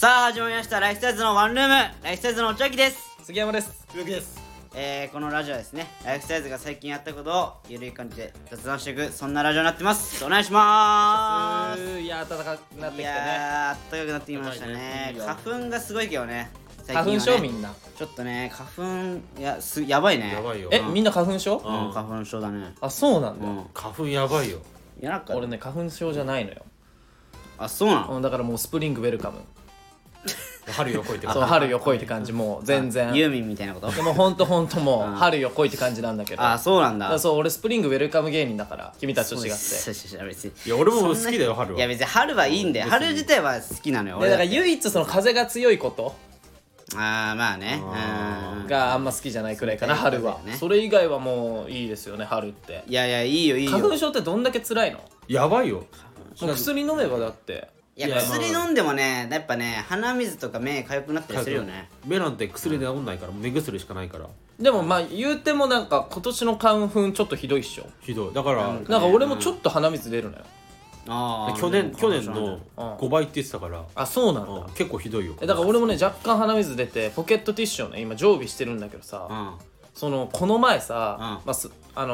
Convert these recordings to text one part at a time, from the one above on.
さあ始まりましたライフサイズのワンルーム、ライフサイズのおちあきです。 杉山です。 ゆうきです。 このラジオはですね、ライフサイズが最近やったことをゆるい感じで雑談していく、そんなラジオになってます。お願いしまーす。 いや暖かくなってきたね。 いやー暖かくなってきましたね。花粉がすごいけどね、最近はね。 花粉症みんなちょっとね、花粉やばいね。 やばいよ。 みんな花粉症？ 花粉症だね。 あ、そうなんだ。 花粉やばいよ。 いやなんか俺ね花粉症じゃないのよ。 あ、そうなの。 だからもうスプリングウェルカム。 春よ来いってそう春よ来いって感じ、もう全然。 ユーミンみたいなこと。 でもほんともう春よ来いって感じなんだけど。 あ、そうなんだ。 そう俺スプリングウェルカム芸人だから君たちと違って。 いや俺も好きだよ春は。 いや別に春はいいんだよ。春自体は好きなのよ。 だから唯一その風が強いことまあね。 があんま好きじゃないくらいかな、春は。それ以外はもういいですよね、春って。 いやいいよ。 花粉症ってどんだけ辛いの？ やばいよ。 もう薬飲めばだって。 いや薬飲んでもね、やっぱね鼻水とか目かゆくなったりするよね。 目なんて薬で治んないから、目薬しかないから。 でもまあ言うてもなんか今年の花粉ちょっとひどいっしょ。 ひどい。だからなんか俺もちょっと鼻水出るのよ。 去年の5倍って言ってたから。 あ、そうなんだ。 結構ひどいよ。 だから俺もね若干鼻水出てポケットティッシュをね今常備してるんだけどさ、そのこの前さ、ス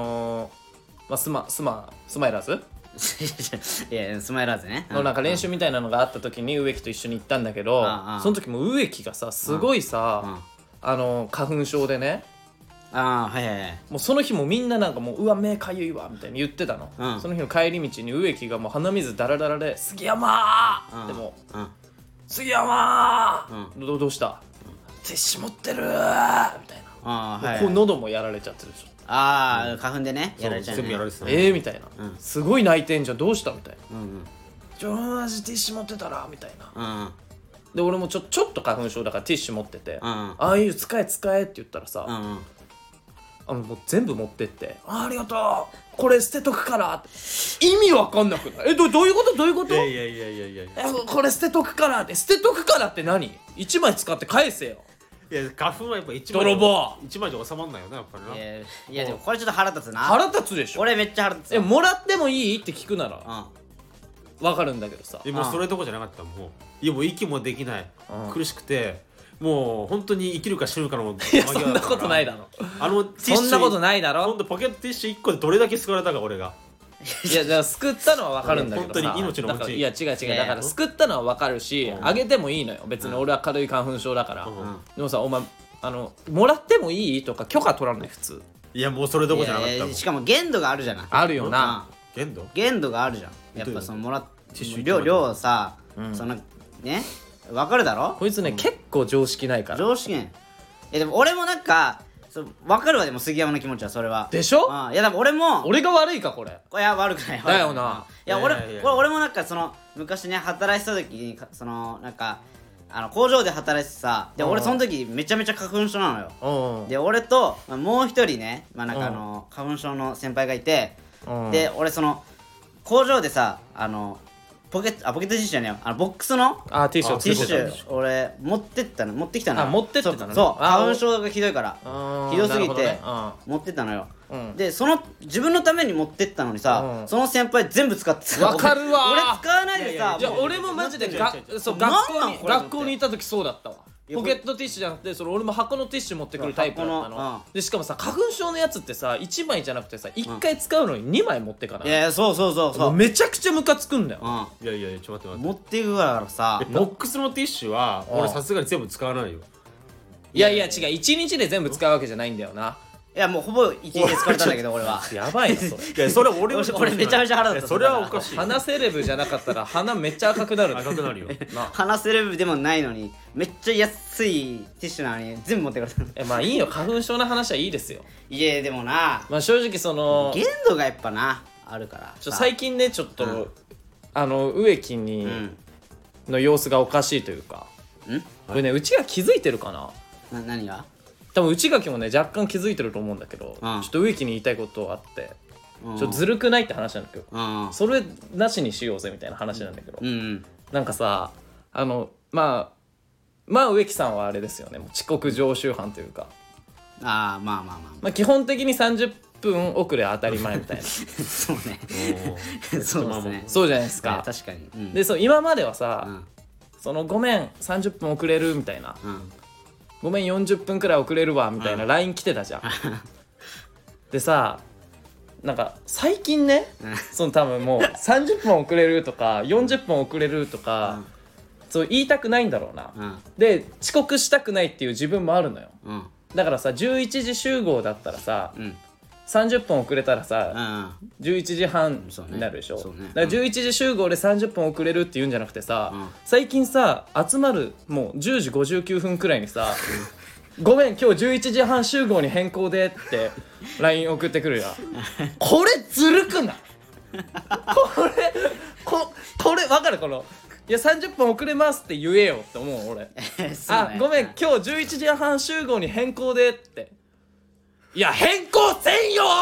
マイラーズいやスマイラーズねのなんか練習みたいなのがあった時に植木と一緒に行ったんだけど、その時も植木がさすごいさ花粉症でね、もうその日もみんななんかもううわ目かゆいわみたいに言ってたの、その日の帰り道に植木がもう鼻水ダラダラで杉山ーでも杉山ーどうしたティッシュ持ってるーみたいな、こう喉もやられちゃってるでしょ。 花粉でねやられちゃうね。 全部やられてたみたいな、すごい泣いてんじゃんどうしたみたいな、マジティッシュ持ってたらみたいな、で俺もちょっと花粉症だからティッシュ持ってて、ああいう使えって言ったらさ、もう全部持ってって、ありがとうこれ捨てとくからって意味わかんなくない？どういうこといやこれ捨てとくからって、捨てとくからって何？1枚使って返せよ。 いや花粉はやっぱ1枚泥棒 1枚じゃ収まんないよねやっぱりな。 いやでもこれちょっと腹立つな。 腹立つでしょ。 俺めっちゃ腹立つ。 もらってもいいって聞くならわかるんだけどさ。 でもそれどころじゃなかった。もういやもう息もできない、苦しくてもう本当に生きるか死ぬかのいやそんなことないだろ。そんなことないだろ。 ほんとポケットティッシュ1個でどれだけ救われたか俺が。 いやじゃあ救ったのは分かるんだけどさ、 本当に命のうち。 いや違うだから救ったのは分かるし、あげてもいいのよ別に。俺は軽い花粉症だから。でもさお前もらってもいいとか許可取らない普通。 いやもうそれどころじゃなかったもん。 しかも限度があるじゃない。 あるよな。 限度があるじゃん。やっぱそのもらっ量さ、そのね分かるだろ。 こいつね結構常識ないから。 常識ね。でも俺もなんか分かるわ。でも杉山の気持ちはそれはでしょ。 いやでも俺も俺が悪いかこれ。 いや悪くないだよな。 いや俺もなんかその昔ね働いてた時にそのなんか工場で働いてさ、で俺その時めちゃめちゃ花粉症なのよ。で俺ともう一人ねなんか花粉症の先輩がいて、で俺その工場でさポケットティッシュじゃねえよ、ボックスのティッシュ俺持ってきたの。 持ってってたの。 そう花粉症がひどいからひどすぎて持ってったのよ。でその自分のために持ってったのにさ、その先輩全部使ってた。 わかるわ。 俺使わないでさ。 じゃあ俺もマジで学校にいた時そうだったわ。ポケットティッシュじゃなくて俺も箱のティッシュ持ってくるタイプだったので、しかもさ花粉症のやつってさ1枚じゃなくてさ1回使うのに2枚持ってかない。 いやそうめちゃくちゃムカつくんだよ。 いやちょっと待って持っていくからさ。 ボックスのティッシュは俺さすがに全部使わないよ。 いや違う、1日で全部使うわけじゃないんだよな。 いやもうほぼ1日で使ったんだけど俺は。 やばいなそれ。 いやそれ俺めちゃめちゃ腹立った。 それはおかしい。 鼻セレブじゃなかったら鼻めっちゃ赤くなる。 赤くなるよ。 鼻セレブでもないのにめっちゃ安いティッシュなのに全部持ってかれた。 まあいいよ、花粉症の話はいいですよ。 いやでもな、 まあ正直その限度がやっぱなあるから最近ねちょっと植木にの様子がおかしいというか、これねうちが気づいてるかな。 何が？ 多分内垣もね若干気づいてると思うんだけど、ちょっと植木に言いたいことあって、ちょっとずるくないって話なんだけど、それなしにしようぜみたいな話なんだけど、なんかさまあ植木さんはあれですよね、もう遅刻常習犯というか、まあ基本的に30分遅れ当たり前みたいなそうねそうですね、 そうじゃないですか。 確かに、 で今まではさ、 そのごめん30分遅れるみたいな、ごめん40分くらい遅れるわみたいな LINE 来てたじゃんでさなんか最近ね、その多分もう30分遅れるとか40分遅れるとか、そう言いたくないんだろうな、で遅刻したくないっていう自分もあるのよ、だからさ11時集合だったらさ、30分遅れたらさ、11時半になるでしょ、だから11時集合で30分遅れるって言うんじゃなくてさ、最近さ集まるもう10時59分くらいにさごめん今日11時半集合に変更でって LINE 送ってくるやんこれずるくないこれ分かるこのいや30分遅れますって言えよって思う俺あごめん今日11時半集合に変更でっていや変更せんよ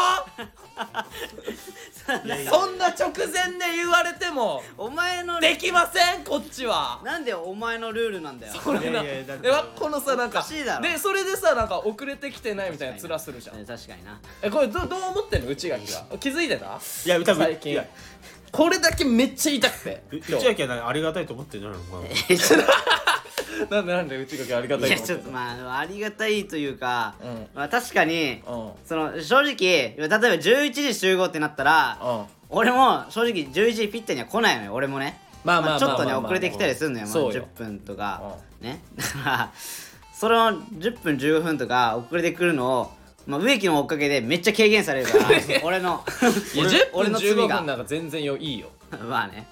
そんな直前で言われてもお前のできませんこっちはなんでお前のルールなんだよそれなこのさなんかでそれでさなんか遅れてきてないみたいな面するじゃん確かになこれどう思ってんの内垣は気づいてたいや多分最近これだけめっちゃ言いたくて内垣はありがたいと思ってんじゃないのなんで内垣ありがたいと思ってんの。 いやちょっとまあありがたいというか、まあ確かに、その正直例えば11時集合ってなったら、俺も正直11時ピッタリには来ないのよ俺もね。まあちょっとね遅れてきたりするのよ、10分とかね。だからその10分15分とか遅れてくるのを植木のおかげでめっちゃ軽減されるから俺の 10分15分なんか全然いいよまあね、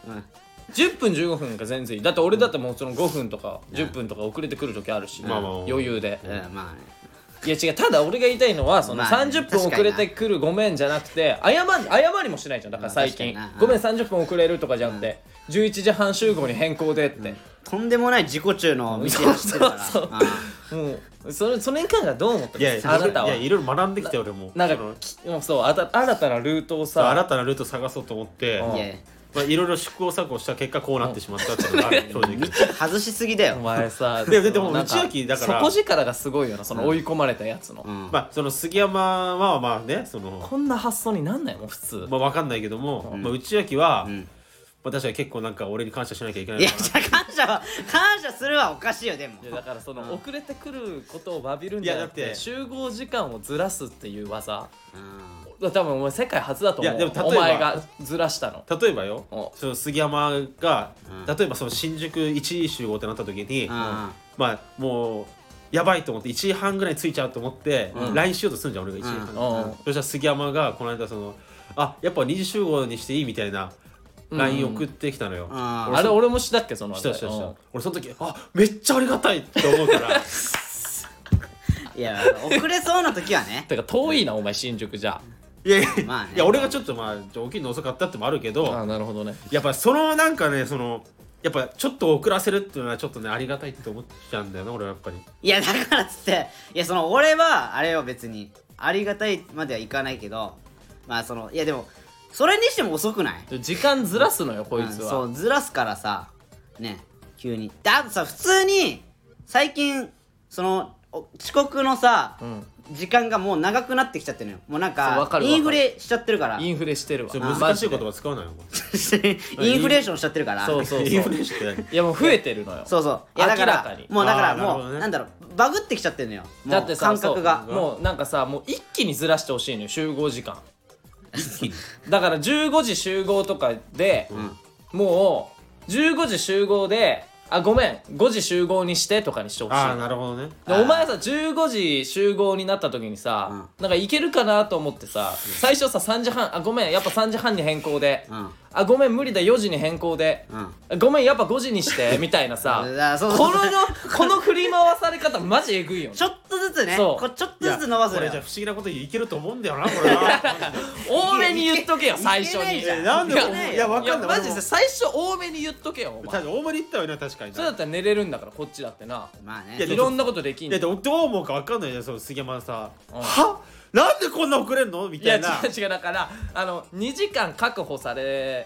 10分15分が全然いいだって俺だってもうその5分とか10分とか遅れてくる時あるし、余裕で、 まあねいや違うただ俺が言いたいのはその30分遅れてくるごめんじゃなくて謝りもしないじゃんだから最近ごめん30分遅れるとかじゃなくて11時半集合に変更でってとんでもない自己中の道走ってるからもうそれに関してはどう思ったのあなたはいやいろいろ学んできて俺もなんかそう新たなルートをさ新たなルート探そうと思っていろいろ試行錯誤した結果こうなってしまったっていうのがある正直外しすぎだよお前さでも内垣だから底力がすごいよなその追い込まれたやつのその杉山はまあねそのこんな発想になんないもん普通分かんないけども内垣は確かに結構なんか俺に感謝しなきゃいけないいやじゃあ感謝するはおかしいよでもだからその遅れてくることを詫びるんじゃなくて集合時間をずらすっていう技多分お前世界初だと思う。でもお前がずらしたの例えばよその杉山が例えばその新宿1時集合ってなった時にまあもうやばいと思って1時半ぐらいに着いちゃうと思って LINE しようとするんじゃん俺が1時半そしたら杉山がこの間そのやっぱ2時集合にしていいみたいなLINE 送ってきたのよ。 あれ俺もしたっけそのした俺その時めっちゃありがたいって思うからいや遅れそうな時はねてか遠いなお前新宿じゃいや俺がちょっと起きるの遅かったってもあるけどなるほどねやっぱそのなんかねそのやっぱちょっと遅らせるっていうのはちょっとねありがたいって思っちゃうんだよな俺はやっぱりいやだからっつってその俺はあれは別にありがたいまではいかないけどいやでもそれにしても遅くない時間ずらすのよこいつはそうずらすからさね急にあとさ普通に最近その遅刻のさ時間がもう長くなってきちゃってるのよもうなんかインフレしちゃってるからインフレしてるわ難しい言葉使うなよインフレーションしちゃってるからそうインフレーションっていやもう増えてるのよそういやだからもうなんだろうバグってきちゃってるのよだってさ感覚がもうなんかさもう一気にずらしてほしいのよ集合時間だから15時集合とかでもう15時集合でごめん5時集合にしてとかにしてほしいなるほどねお前さ15時集合になった時にさなんかいけるかなと思ってさ最初さ3時半ごめんやっぱ3時半に変更でごめん無理だ4時に変更でごめんやっぱ5時にしてみたいなさこの振り回され方マジえぐいよちょっとずつねちょっとずつ伸ばすこれじゃ不思議なこといけると思うんだよなこれな多めに言っとけよ最初になんでいや分かんないマジで最初多めに言っとけよお前多めに言ったよね確かにそうだったら寝れるんだからこっちだってなまあねいろんなことできんのどう思うか分かんないじゃんその杉山さなんでこんな遅れんのみたいな違うだから2時間確保され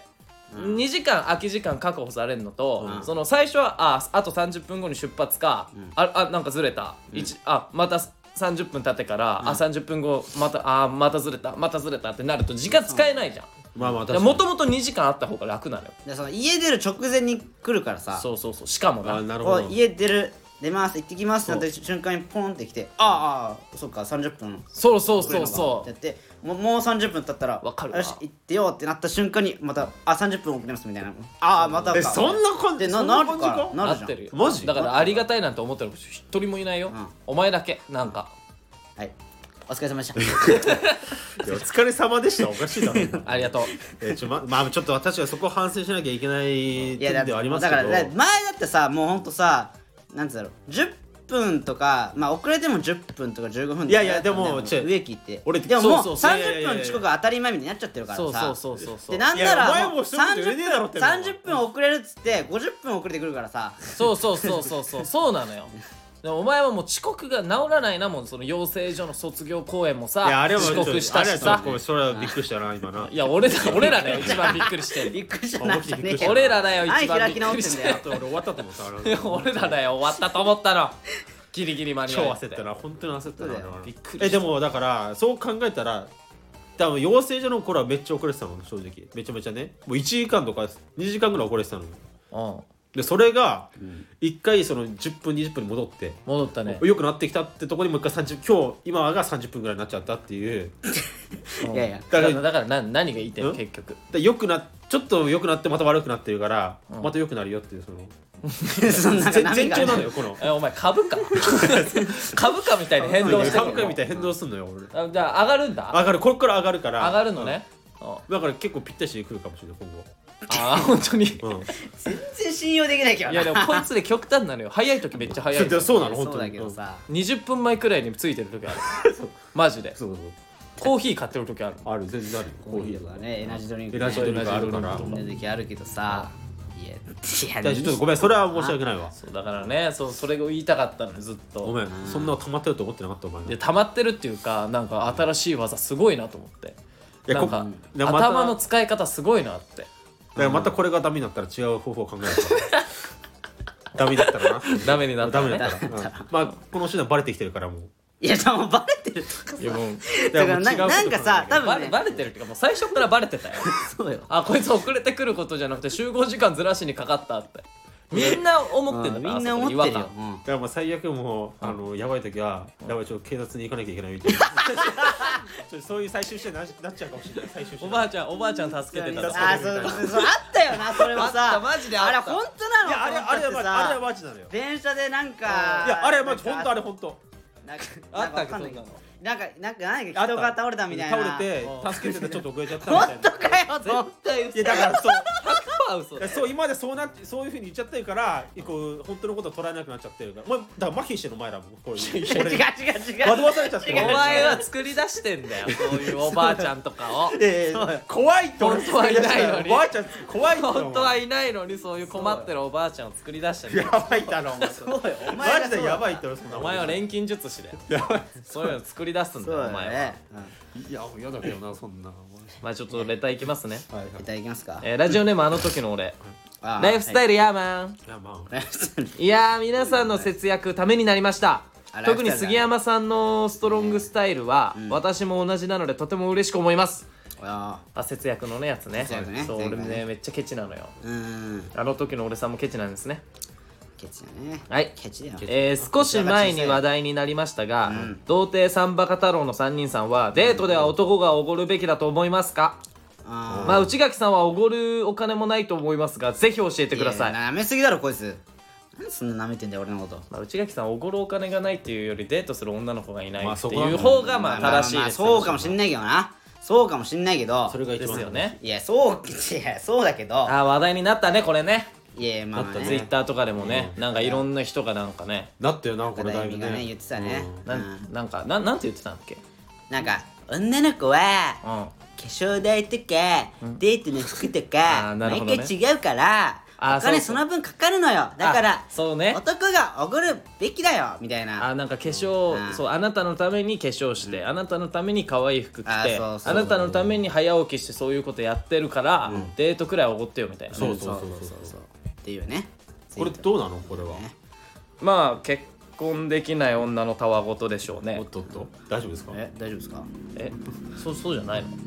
2時間空き時間確保されるのとその最初はあと30分後に出発かなんかずれたまた30分経ってから30分後またずれたってなると時間使えないじゃんまあまあ確かにもともと2時間あった方が楽なのよ。 でその家出る直前に来るからさ、 そうそうそう、しかもな。 なるほど。 家出ます行ってきますってなった瞬間にポンって来て、そっか30分そうそう遅れるのかそうそってやってもう30分経ったらわかるわよし行ってよってなった瞬間にまた30分遅れますみたいな、またかそんな感じでなるかうなるじゃん。 なってるよ。 マジだからありがたいなんて思ってる人一人もいないよ、 んお前だけなんか。 はい、お疲れ様でした。 いやお疲れ様でしたおかしいだろありがとう。 まあちょっと私はそこを反省しなきゃいけないいやだ点ではありますけど、 だから前だってさもうほんとさなんつうんだろう10分とか遅れても10分とか15分とかいやいやでも植木って俺でももうそうそう 30分遅刻が当たり前みたいになっちゃってるからさ、 そうそうでなんならいやお前も一言言えねえだろって 30分遅れるっつって50分遅れてくるからさ、 そうそうなのよ。でもお前はもう遅刻が治らないなもん。その養成所の卒業公演もさいやあれは遅刻したしさ。 それはびっくりしたな今な。 いや俺らだよ一番びっくりしてる。 びっくりしたなじゃねえよ俺らだよ一番びっ開き直くりしてるってんだよ。 俺終わったと思ったいや俺らだよ終わったと思ったの。ギリギリ間に合超わせ焦ってたな本当に焦ったなそうだよびっくりした。 でもだからそう考えたら多分養成所の頃はめっちゃ遅れてたの正直めちゃめちゃねもう1時間とか2時間ぐらい遅れてたのでそれが1回その10分20分に戻って戻ったね。 良くなってきたってところにもう一回今が30分ぐらいになっちゃったっていういやいやだから何が言いたいの結局。 ちょっと良くなってまた悪くなってるからまた良くなるよっていうそのそんな前兆なのよこのお前株価株価みたいに変動してる株価みたいに変動すんのよ俺じゃあ上がるんだ。 上がるこれから上がるから上がるのね。 だから結構ぴったしに来るかもしれない今後本当に。 全然信用できないけどいやでもこいつで極端なのよ。早い時めっちゃ早い。 そうなの本そう当にだけどさ 20分前くらいについてる時ある。マジで。 そうコーヒー買ってる時ある。 ある全然あるコーヒーとかねエナジードリンクエナジードリンクあるから飲んでる時あるけどさいやちょっとごめんそれは申し訳ないわそうだからねそれを言いたかったのよずっと。 ごめんそんな溜まってると思ってなかったお前で溜まってるっていうかなんか新しい技すごいなと思って。 いやなんかまた頭の使い方すごいなって。 だからまたこれがダメになったら違う方法を考えるからダメだったらなダメになったらね。 ダメだったらまあこの手段バレてきてるからもういやでもバレてるとかいやもうだからなんかさ多分ねバレてるっていうかもう最初からバレてたよ。 そうよこいつ遅れてくることじゃなくて集合時間ずらしにかかったってみんな思ってんだから。 みんな思ってるよあそこに違和感だからまあ最悪もうやばい時はやばいちょっと警察に行かなきゃいけないみたいなちょっとそういう最終手段になっちゃうかもしれない最終手お段ばあちゃん助けてたとあそうあったよなそれもあったさマジであったあれ本当なのいやあれはマジなのよ電車でなんかいやあれはマジ本当あれ本当なんかあったっけわかんないそんなの。 なんか何か人が倒れたみたいな倒れて助けててちょっと遅れちゃったみたい本な当かよ絶対嘘いやだからそう嘘いやそう今までそういうふうに言っちゃってるからこう本当のことを捉えなくなっちゃってるからだから麻痺してるお前らもこういう違う違う違う惑わされちゃってるお前は作り出してんだよそういうおばあちゃんとかを。 怖いって俺本当はいないのにおばあちゃん怖いって本当はいないのにそういう困ってるおばあちゃんを作り出してんだよ。 やばいってお前そうよおマジでやばいって俺そんなお前は錬金術師だよ。そういうの作り出すんだそうよお前は。 だねいや嫌だけどなそんなまあちょっとレターいきますね。 はいいただきますかラジオネームあの時の俺。 ラライフスタイルヤーマン。 いやまあいやー皆さんの節約ためになりましたあ。 特に杉山さんのストロングスタイルは私も同じなのでとても嬉しく思います。節約のねやつね。 節約ねそう俺ねめっちゃケチなのよ。 うんあの時の俺さんもケチなんですね。 ケチだねはいケチだよ少し前に話題になりましたが、童貞サンバカ太郎の3人さんはデートでは男がおごるべきだと思いますか？まあ内垣さんはおごるお金もないと思いますがぜひ教えてください。 なめすぎだろこいつなんでそんななめてんだよ俺のことまあ、内垣さんおごるお金がないっていうよりデートする女の子がいないってまあそこはいう方がまあ正しいですよ。 そうかもしんないけどなそうかもしんないけどそれが一番ですよね。 いやそうだけど話題になったねこれね。 いやまあまあツイッねターとかでもね、なんかいろんな人がなんかね、 なったよなこ高田れだいぶ由美がね言ねってたねなんかなんて言ってたんだっけ？ なんか女の子はうん。 化粧代とかデートの服とか毎なるほどね回違うからお金その分かかるのよだからそうね。 男がおごるべきだよみたいななんか化粧、そうあなたのために化粧して、あなたのために可愛い服着て、 そうそうあなたのために早起きしてそういうことやってるから、デートくらいおごってよみたいなね。 そうっていうねこれどうなのこれはまあ結婚できない女のたわごとでしょうねおっ。と大丈夫ですか大丈夫ですかそうじゃないの？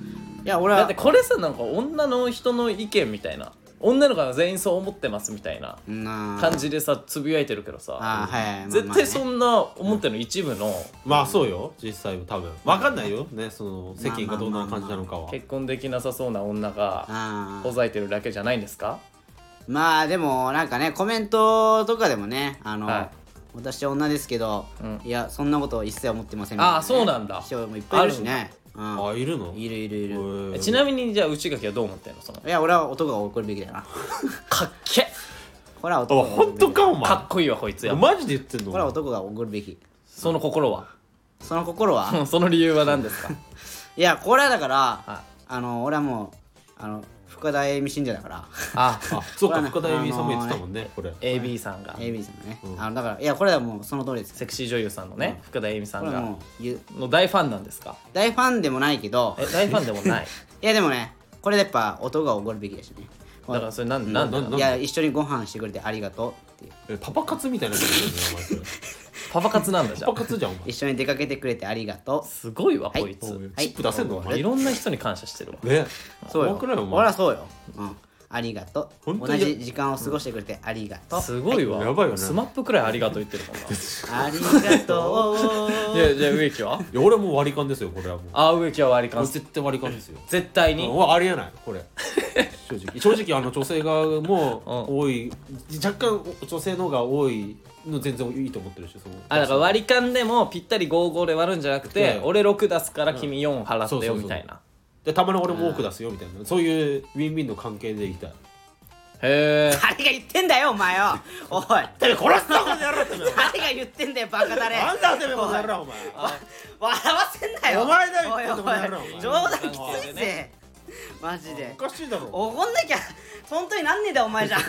いや俺はだってこれさなんか女の人の意見みたいな、女の子は全員そう思ってますみたいな感じでさつぶやいてるけどさ、絶対そんな思ってるの一部の、 まあそうよ、実際多分分かんないよね、その世間がどんな感じなのかは。 結婚できなさそうな女がほざいてるだけじゃないんですか。 まあでもなんかねコメントとかでもね私は女ですけど、いやそんなこと一切思ってませんみたいな、 そうなんだ、 人もいっぱいいるしね。 いるの？ いる。 ちなみにじゃあ内垣はどう思ってんの？そのいや俺は男が怒るべきだな。 かっけ。 これは男が怒るべき。 本当かお前。 かっこいいわこいつや。 マジで言ってんの？ これは男が怒るべき。 その心は？ その心は？ その理由は何ですか？ いやこれはだから俺はもう深田栄美信者だから。 そうか、深田栄美さんも言ってたもんね、これ。 AB さんが。 AB さんがね。だからいやこれはもうその通りです。 セクシー女優さんのね、深田栄美さんがの大ファンなんですか？ 大ファンでもないけど。 大ファンでもない。 いやでもね、これでやっぱ男が怒るべきだしね。 だからそれなんいや一緒にご飯してくれてありがとうっていう。 パパ活みたいなこと言うの？ パパ活なんだじゃん。 パパ活じゃん。 一緒に出かけてくれてありがとう。 すごいわこいつ。 チップ出せんの？ いろんな人に感謝してるわ。 ね。 そうよ。俺はそうよ。ありがとう。同じ時間を過ごしてくれてありがとう。 すごいわ。 やばいよね。 スマップくらいありがとう言ってるもんな。 ありがとう。 いやじゃあ植木は？ いや俺も割り勘ですよこれはもう。 植木は割り勘。 絶対割り勘ですよ。 絶対に。 ありえないこれ。正直女性側も多い、若干女性の方が多いの全然いいと思ってるし、 だから割り勘でもぴったり55で割るんじゃなくて、俺6出すから君4払ってよみたいな。 でたまに俺も多く出すよみたいな、そういうウィンウィンの関係でいきたい。 へえ。 誰が言ってんだよお前よ。おいてめえ殺すぞこの野郎。てめえ誰が言ってんだよバカだれ。 なんだてめえこの野郎お前。 笑わせんなよお前だよ。 おい冗談きついぜマジで。 おかしいだろ。 怒んなきゃ本当になんねえだよお前じゃん。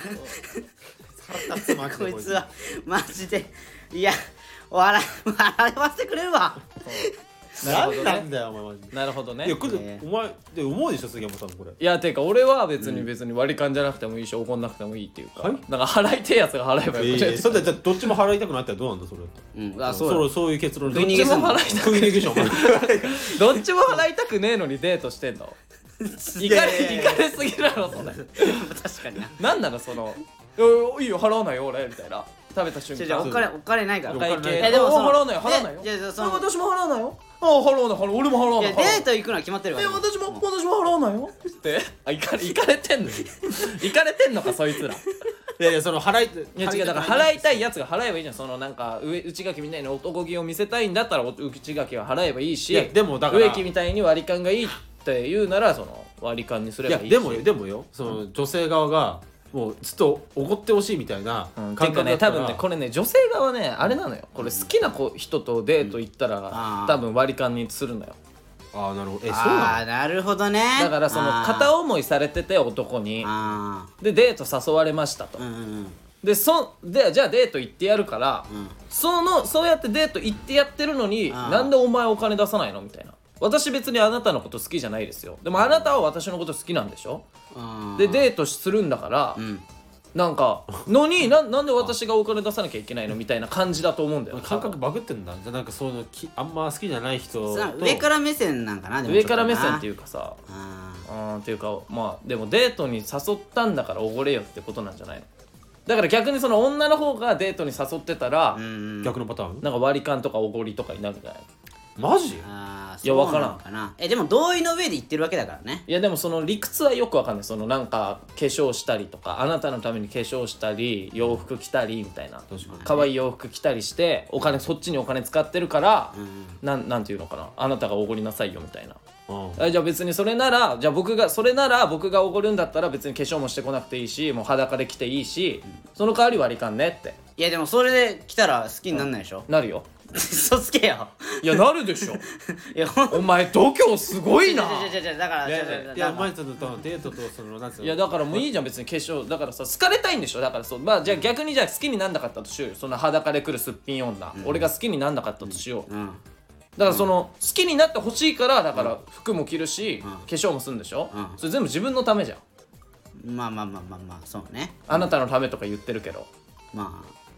こいつはマジでいや笑わせてくれるわ。 何なんだよお前マジで。 なるほどね。 いやお前で思うでしょ杉山さんこれ。 いやてか俺は別に割り勘じゃなくてもいいし怒んなくてもいいっていうか、なんか払いてえやつが払えばよくて。 それでどっちも払いたくなったらどうなんだそれ。そういう結論。 どっちも払いたく食い逃げじゃん。 どっちも払いたくねえのにデートしてんの。いかれすぎだろそれ。 確かになんなのそのいいよ払わないよ俺みたいな。食べた瞬間お金ないから。 お会計でも払わないよ私も払わないよ。払わない俺も払わない。 デート行くのは決まってるから。 私も払わないよって行かれてんの。行かれてんのかそいつら。 いやその払いいや違うだから払いたいやつが払えばいいじゃん。そのなんか内垣みたいに男気を見せたいんだったら内垣は払えばいいし、 でもだから植木みたいに割り勘がいいって言うならその割り勘にすればいいし。 でもよその女性側がもうずっとおごってほしいみたいな感覚だったら、多分ねこれね女性側ねあれなのよ。これ好きな人とデート行ったら多分割り勘にするのよ。 なるほど。そうなの？ なるほどね。 だからその片思いされてて男にでデート誘われましたと。でじゃあデート行ってやるから、そうやってデート行ってやってるのになんでお前お金出さないのみたいな。私別にあなたのこと好きじゃないですよ。でもあなたは私のこと好きなんでしょ。でデートするんだから、なんかなんで私がお金出さなきゃいけないのみたいな感じだと思うんだよ。 感覚バグってんだ。じゃあなんかそういうのあんま好きじゃない人と上から目線なんかな。 上から目線っていうかさっていうかまあでもデートに誘ったんだからおごれよってことなんじゃないの。だから逆にその女の方がデートに誘ってたら逆のパターンなんか割り勘とかおごりとかになるんじゃないの。 マジ？ いや分からん。 でも同意の上で言ってるわけだからね。 いやでもその理屈はよく分かんない。そのなんか化粧したりとかあなたのために化粧したり洋服着たりみたいな可愛い洋服着たりしてそっちにお金使ってるからなんていうのかなあなたがおごりなさいよみたいな。じゃあ別にそれなら僕がおごるんだったら別に化粧もしてこなくていいしもう裸で来ていいしその代わり割り勘ねって。 いやでもそれで来たら好きになんないでしょ。 なるよ。 嘘つけよ。 いやなるでしょ。お前度胸すごいな。 だからいやお前とデートとそのなんつうの。 いやだからもういいじゃん別に化粧だからさ好かれたいんでしょ。だからそうじゃあ逆にじゃあ好きになんなかったとしようよ。その裸で来るすっぴん女俺が好きになんなかったとしよう。だからその好きになってほしいからだから服も着るし化粧もするんでしょ。それ全部自分のためじゃん。 まあそうね。 あなたのためとか言ってるけどまあ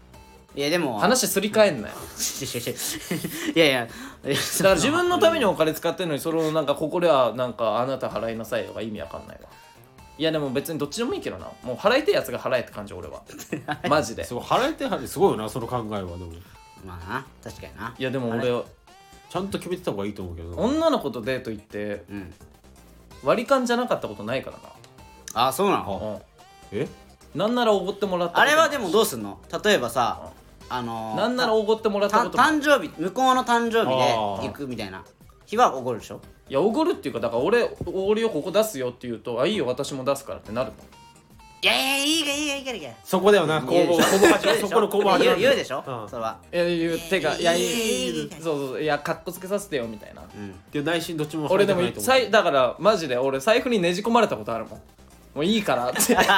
いやでも話すり替えんなよいやいやだから自分のためにお金使ってるのにそれをなんかここではなんかあなた払いなさいとか意味わかんないわ。いやでも別にどっちでもいいけどな、もう払いたいやつが払えって感じ俺はマジで。 すごい払えてはすごいよなその考えは。でもまあな確かにな。 いやでも俺はちゃんと決めてた方がいいと思うけどな。 女の子とデート行って割り勘じゃなかったことないからな。 あ、そうなの。 え、 なんならおごってもらったことあれはでもどうすんの。例えばさなんならおごってもらったことも誕生日向こうの誕生日で行くみたいな日はおごるでしょ。 いやおごるっていうかだから俺おごりをここ出すよって言うとあいいよ私も出すからってなるもん。 いやいやいいかいいかいいかいいか。 そこだよな、攻防そこの攻防始まる。 言うでしょ、それは。 いや言うてかいやそういやかっこつけさせてよみたいな。 で内心どっちも俺でもだからマジで俺財布にねじ込まれたことあるもん。もういいからってマ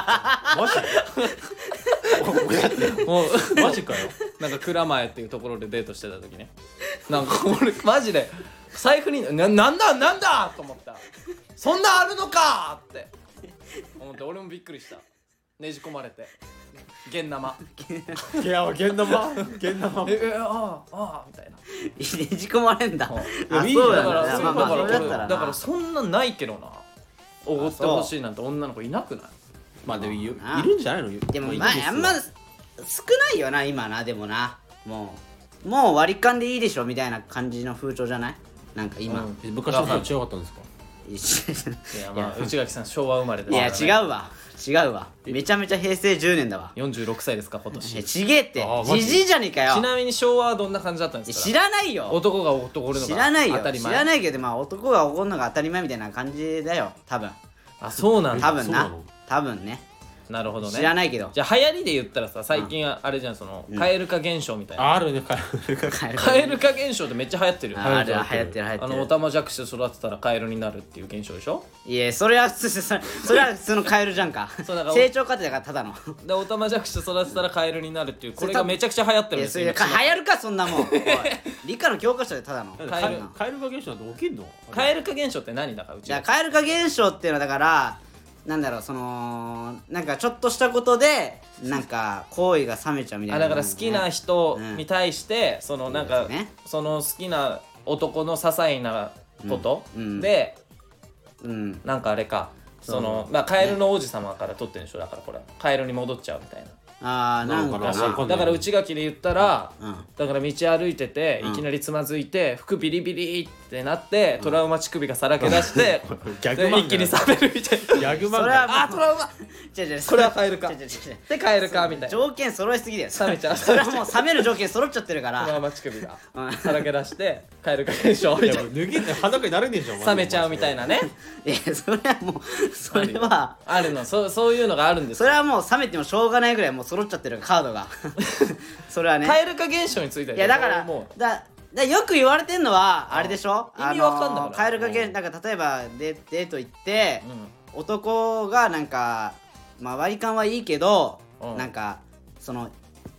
ジもうマジかよ。 なんか蔵前っていうところでデートしてた時ね、なんか俺マジで財布になんだと思った。そんなあるのかって思って俺もびっくりした。ねじ込まれて現生いや現生ああみたいなねじ込まれんだ。 いいじゃん。 だからそんなんないけどな。おごってほしいなんて女の子いなくない？ まあでもいるんじゃないの。 でもまああんま少ないよな今な。でもなもう割り勘でいいでしょみたいな感じの風潮じゃない？なんか今昔の方違かったんですか？ いやまあ内垣さん昭和生まれですからね。 いや違うわめちゃめちゃ平成10年だわ。 46歳ですか今年。 ちげえってじじいじゃねえかよ。 ちなみに昭和はどんな感じだったんですか？ 知らないよ。 男が男おごるのが知らないよ。 当たり前。 知らないけどまあ男がおごるのが当たり前みたいな感じだよ多分。 あ、そうなんだ。 多分ね。 なるほどね。 知らないけど。 じゃあ流行りで言ったらさ最近あれじゃんその蛙化現象みたいな。 あるね蛙化現象ってめっちゃ流行ってるよ。 流行ってる。 オタマジャクシ育てたらカエルになるっていう現象でしょ。 いやそれは普通のカエルじゃんか。成長過程だからただのでオタマジャクシ育てたらカエルになるっていうこれがめちゃくちゃ流行ってるんですよ。 流行るかそんなもん。理科の教科書でただのカエル化現象って起きんの？ カエル化現象って何だかうち。 じゃあカエル化現象っていうのはだからなんだろうそのなんかちょっとしたことでなんか好意が冷めちゃうみたいな、 だから好きな人に対してそのなんかその好きな男の些細なことでなんかあれかそのまあカエルの王子様から取ってるんでしょ。だからこれカエルに戻っちゃうみたいな。 なんかな。 だから内垣で言ったらだから道歩いてていきなりつまずいて服ビリビリってなってトラウマ乳首がさらけ出して一気に冷めるみたいな。 ギャグ漫画。 それはあトラウマこれはカエルかでカエルかみたいな条件揃いすぎだよ。 冷めちゃう。 それはもう冷める条件揃っちゃってるからトラウマ乳首がさらけ出してカエル化現象みたいな脱ぎって裸になれねえじゃん。 冷めちゃうみたいなね。 いやそれはもうそれはあるの。そういうのがあるんです。 それはもう冷めてもしょうがないぐらいもう揃っちゃってるカードがそれはね。 カエル化現象についていやだからよく言われてんのはあれでしょ。 意味わかんない。 カエル化現象なんか例えばデート行って男がなんかまあ割り勘はいいけどなんかその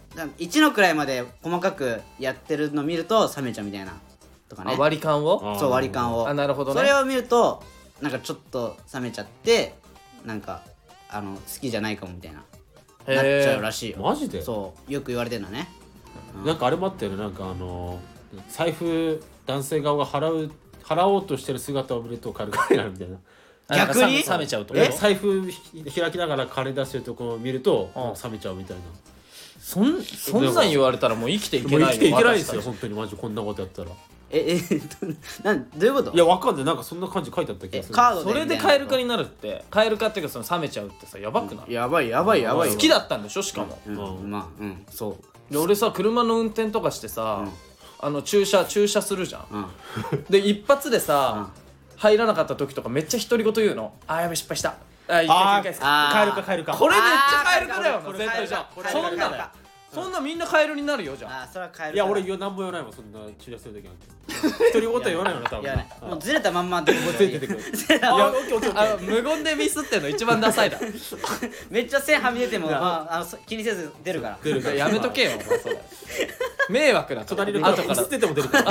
1の位まで細かくやってるの見ると冷めちゃうみたいなとかね。 割り勘をそう割り勘を。 なるほどね。 それを見るとなんかちょっと冷めちゃってなんか好きじゃないかもみたいななっちゃうらしいよ。 マジで？ そうよく言われてるのね。 なんかあれもあったよね。なんか財布男性側が払おうとしてる姿を見るとカエル化になるみたいな。 逆に冷めちゃうと。 財布開きながら金出してるとこを見ると冷めちゃうみたいな。 そんなん言われたらもう生きていけないよ。 生きていけないですよ本当にマジこんなことやったら。 どういうこと？ いやわかんない。なんかそんな感じ書いてあった気がする。 カードでそれでカエル化になるってカエル化っていうかその冷めちゃうってさやばくない？ やばい好きだったんでしょしかも。 まあそうで俺さ車の運転とかしてさ駐車するじゃん。で一発でさ入らなかった時とかめっちゃ独り言言うの。あーやべ失敗した。 カエルかこれめっちゃカエル化だよな絶対じゃん。そんなみんなカエルになるよじゃん。 それはカエル。 いや俺何も言わないもんそんな駐車する時なんて。独り言言わないよな多分。 もうずれたまんま出てくる。 無言でミスってんの一番ダサいだ。 めっちゃ線はみ出ても気にせず出るから。 やめとけよお前それ。迷惑だ。 隣の後からミスってても出るから。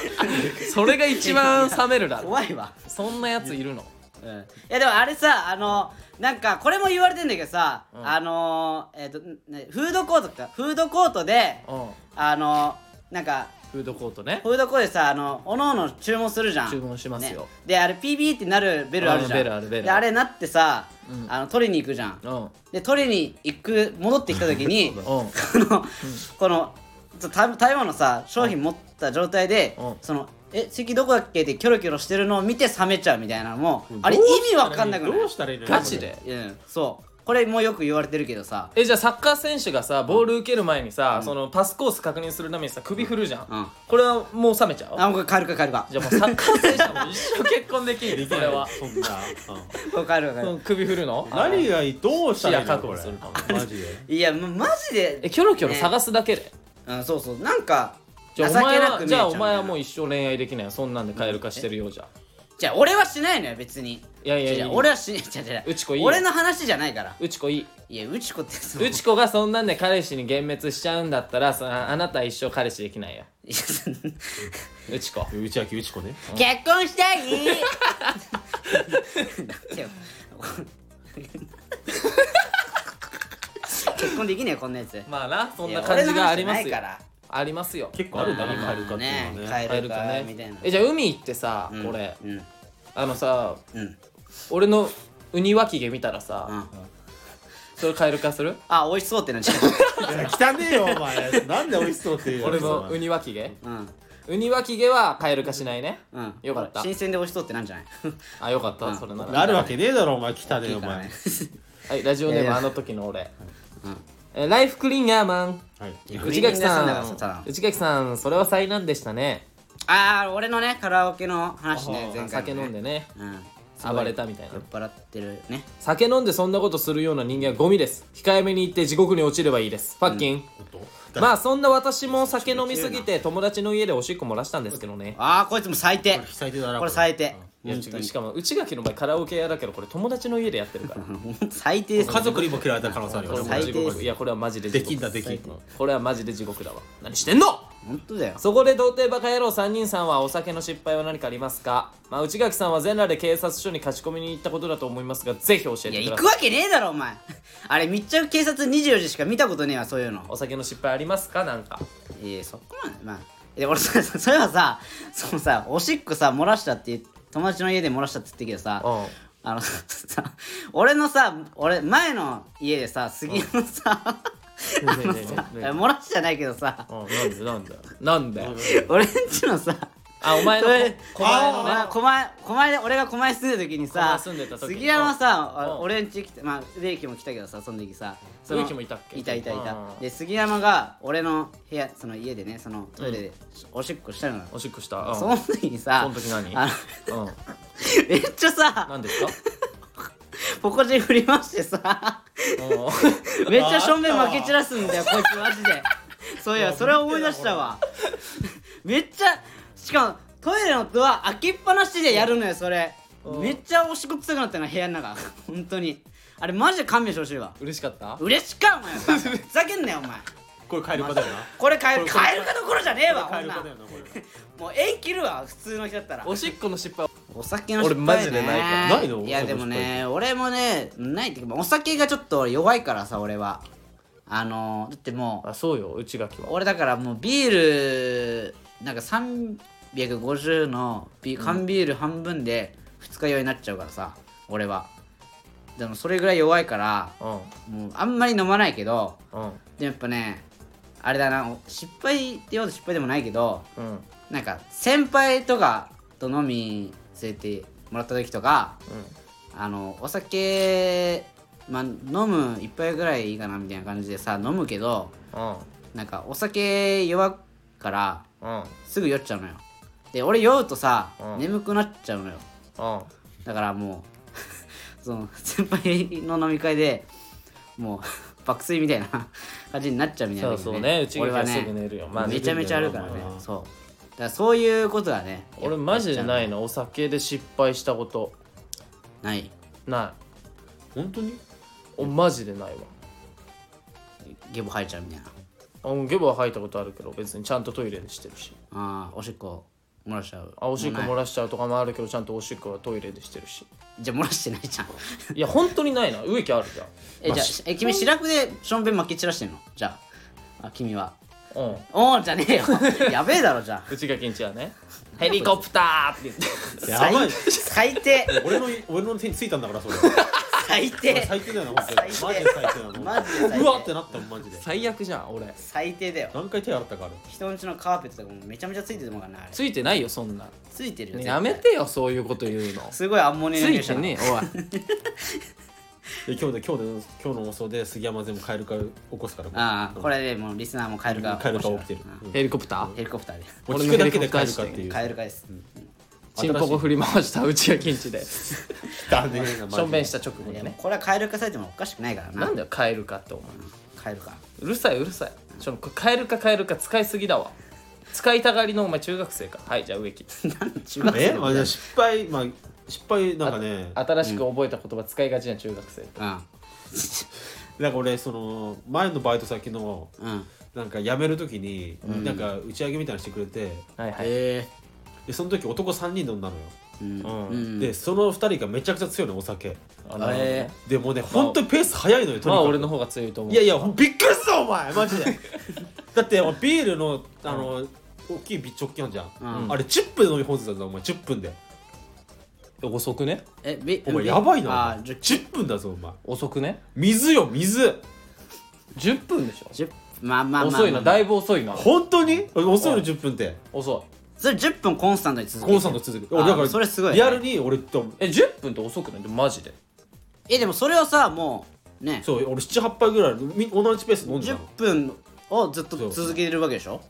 それが一番冷めるだろ。 怖いわ。 そんなやついるの。 いやでもあれさなんかこれも言われてんだけどさ、フードコートでなんかフードコートね。 フードコートでさおのおの注文するじゃん。 注文しますよ、 ね、であれ PB ってなるベルあるじゃん。 ベルあるベル。 であれなってさ、取りに行くじゃん。 で取りに戻ってきた時にこの食べ物さ商品持った状態で席どこだっけってキョロキョロしてるのを見て冷めちゃうみたいなのもあれ意味わかんなくない？ どうしたらいいの？ ガチで？ そうこれもよく言われてるけどさ。 じゃあサッカー選手がさボール受ける前にさ、そのパスコース確認するためにさ首振るじゃん、これはもう冷めちゃう？ これ変えるかじゃあもうサッカー選手はもう一生結婚できるそれは。 そんな変える首振るの？ 何がいい？どうしたらいいの？ 確保するかもマジで。 いやもうマジでキョロキョロ探すだけで、 そうそうなんかじゃあお前はもう一生恋愛できないよそんなんで蛙化してるようじゃ。 じゃあ俺はしないのよ別に。 いや俺はしない。 うちこいい。 俺の話じゃないから。 うちこいい。 いやうちこってうちこがそんなんで彼氏に幻滅しちゃうんだったらあなたは一生彼氏できないよ。うちこ。 うちあきうちこね。 結婚したい。結婚できねえこんなやつ。 まあなそんな感じがありますよ。 からありますよ。 結構あるんだねカエル化っていうのはね。 カエル化みたいな。 じゃあ海行ってさこれさ俺のウニ脇毛見たらさそれカエル化する？ あ美味しそうってなっちゃう。 汚ねえよお前。なんで美味しそうって言うの？ 俺のウニ脇毛？ウニ脇毛はカエル化しないね。よかった。 新鮮で美味しそうってなんじゃない？ あよかったそれなら。 なるわけねえだろお前汚ねえお前。 はいラジオネームあの時の俺。ライフクリーンヤーマン。内垣さんそれは災難でしたね。 俺のねカラオケの話ね。前回酒飲んでね暴れたみたいな。 酔っ払ってるね。 酒飲んでそんなことするような人間はゴミです。控えめに言って地獄に落ちればいいです。ファッキン。まあそんな私も酒飲みすぎて友達の家でおしっこ漏らしたんですけどね。 こいつも最低。 最低だなこれ最低。 しかも内垣の場合カラオケ屋だけどこれ友達の家でやってるから最低です。 家族にも嫌われた可能性あるよ。 最低です。 いやこれはマジで地獄。 できんだできん。 これはマジで地獄だわ。何してんの？ 本当だよ。 そこで童貞バカ野郎3人さんはお酒の失敗は何かありますか？内垣さんは全裸で警察署に勝ち込みに行ったことだと思いますがぜひ教えてください。 いや行くわけねえだろお前。あれ密着警察24時しか見たことねえわそういうの。 お酒の失敗ありますか？なんかそこまで俺それはさおしっこさ漏らしたって友達の家で漏らしたって言ってるけどさ俺の前の家でさ杉山さ漏らしじゃないけどさなんで俺んちのさお前の狛江で俺が狛江住んでる時にさ杉山さ俺んち来て植木も来たけどさその時さ植木もいたっけ？ いたで杉山が俺の部屋家でねトイレでおしっこしたのよ。 おしっこしたその時にさその時何めっちゃさ何ですかポコチン振りましてさめっちゃ正面負け散らすんだよこいつマジで。そういやそれは思い出したわ。めっちゃしかもトイレのドア開けっぱなしでやるのよそれ。めっちゃおしっこ臭くなったの部屋の中本当にあれマジで勘弁してほしいわ。 嬉しかった？ 嬉しかお前ふざけんなよお前。 これカエル化だよな。 これカエル化どころじゃねえわカエル化だよなこれ。 もう縁切るわ普通の人だったら。 おしっこの失敗お酒の失敗ね。 俺マジでないからないの？ いやでもね俺もねないっていうかお酒がちょっと弱いからさ俺はだってもうそうよ内垣は俺だからもうビールなんか350の缶ビール半分で二日酔いになっちゃうからさ俺は。でもそれぐらい弱いからもうあんまり飲まないけどでもやっぱねあれだな失敗って言うと失敗でもないけどなんか先輩とかと飲み連れてもらった時とかお酒飲む一杯ぐらいいいかなみたいな感じでさ飲むけどなんかお酒弱いからすぐ酔っちゃうのよ。で俺酔うとさ眠くなっちゃうのよ。だからもうその先輩の飲み会でもう爆睡みたいな感じになっちゃうみたいな。 そうね内垣はすぐ寝るよ。 めちゃめちゃあるからね。そうだからそういうことだね。 俺マジでないのお酒で失敗したことない本当にマジでないわ。 ゲボ吐いちゃうみたいな。 ゲボは吐いたことあるけど別にちゃんとトイレでしてるし。 おしっこ漏らしちゃう。 おしっこ漏らしちゃうとかもあるけど、ちゃんとおしっこはトイレでしてるし。 じゃあ漏らしてないじゃん。 いや本当にないな、植木あるじゃん。 じゃあ君白くでしょんべん巻き散らしてんの？じゃあ君は。 おおじゃねえよ。やべえだろじゃあ。 内垣んちはね、ヘリコプターって言ってやばい。 最低。 俺の手についたんだからそれ。 最低。 最低だよな、マジで最低だな。 マジで最低。 うわってなったもんマジで。 最悪じゃん俺。 最低だよ。 何回手洗ったかある。 人んちのカーペットとかもめちゃめちゃついてるもんかなあれ。 ついてないよそんな。 ついてるよ。 やめてよそういうこと言うの。 すごいアンモニアついてねえおい。 今日の放送で杉山全部カエル化起こすから。 ああこれでもうリスナーもカエル化起きてる。 ヘリコプター。 ヘリコプターで。 俺聞くだけでカエル化っていう。 カエル化です。 チンポコ振り回した内垣んちで。しょんべんした直後にね。 これはカエル化されてもおかしくないからな。 なんだよカエル化ってお前。 カエル化。 うるさいうるさい。カエル化使いすぎだわ。使いたがりのお前中学生か。はいじゃあ植木。 中学生。 じゃあ失敗なんかね。 新しく覚えた言葉使いがちな中学生。 なんか俺その前のバイト先のなんか辞める時になんか打ち上げみたいなのしてくれて、でその時男3人飲んだのよ。でその2人がめちゃくちゃ強いのお酒。でもね本当にペース早いのよ。 まあ俺の方が強いと思う。 いやびっくりしたお前マジで。だってビールの大きい直径あんじゃん。あれ10分で飲み干せたんだお前。10分で。 遅くね。 お前やばいな。10分だぞお前。 遅くね。 水よ水。 10分でしょ。 まあ遅いな、だいぶ遅いな。 本当に遅いの10分って。 遅い。 それ10分コンスタントに続く。 コンスタント続く。だからそれすごいリアルに俺と 10分って遅くない？でもマジで。 でもそれをさもうね。 そう俺7、8杯ぐらい同じペースで飲んでたの。 10分をずっと続けてるわけでしょ。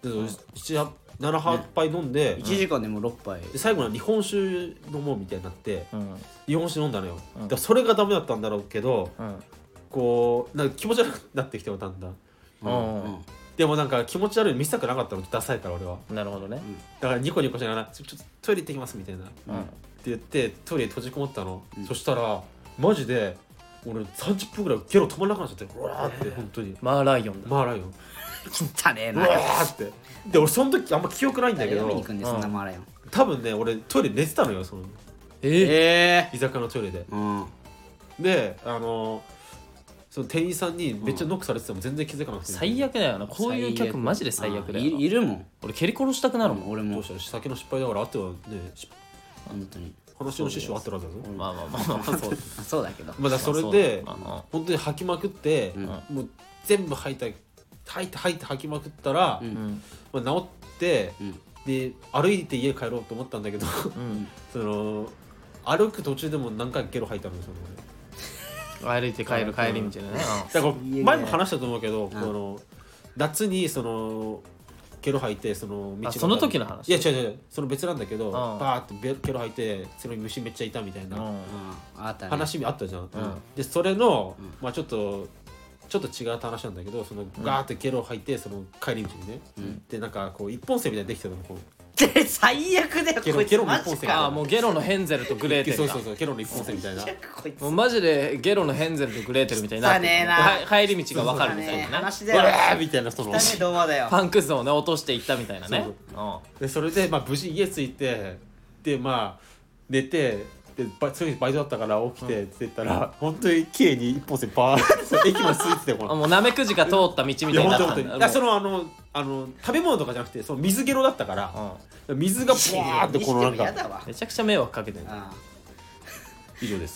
7、8杯飲んで 1時間でもう6杯で最後は日本酒飲もうみたいになって日本酒飲んだのよ。だからそれがダメだったんだろうけどこうなんか気持ち悪くなってきてもたんだ。でもなんか気持ち悪いの見せたくなかったの。ダサいから俺は。 なるほどね。 だからニコニコしながらちょっとトイレ行ってきますみたいなって言ってトイレ閉じこもったの。そしたらマジで俺30分ぐらいゲロ止まらなくなっちゃってうわーって本当にマーライオンだ。 マーライオン汚ねえな。 うわーってで俺その時あんま記憶ないんだけど見に行くんでそんなマーライオン。 多分ね俺トイレ寝てたのよその居酒屋のトイレで。でその店員さんにめっちゃノックされてても全然気づかなくて。 最悪だよなこういう客マジで最悪だよ。 いるもん。 俺蹴り殺したくなるもん。 俺も。 どうしたら酒の失敗だからあってはね本当に話の師匠あってるはずだぞ。 まあそうだけど。 まあそれで本当に吐きまくってもう全部吐いて吐きまくったらまあ治ってで歩いて家帰ろうと思ったんだけどその歩く途中でも何回ゲロ吐いたのよその歩いて帰り道でね。 だから前も話したと思うけどこの夏にそのゲロ吐いてその道その時の話。 いや違うその別なんだけどバーってゲロ吐いてその虫めっちゃいたみたいな話あったじゃん。でそれのまあちょっと違う話なんだけどそのガーってゲロ吐いてその帰り道にねでなんかこう一本線みたいにできてたのこう。 最悪だよこいつ。マジか。 もうゲロのヘンゼルとグレーテルだ。 そうゲロの一本線みたいな。 もうマジでゲロのヘンゼルとグレーテルみたいな。帰り道が分かるみたいな話だよ。 みたいなそのパンくずをね落としていったみたいなね。 でそれでまあ無事家着いてでまあ寝てで次バイトだったから起きてって言ったら本当に綺麗に一本線バーッ駅まで着いててもうなめくじが通った道みたいになったんだ。 その食べ物とかじゃなくてその水ゲロだったから水がブワーってこのなんかめちゃくちゃ迷惑かけてる。 以上です。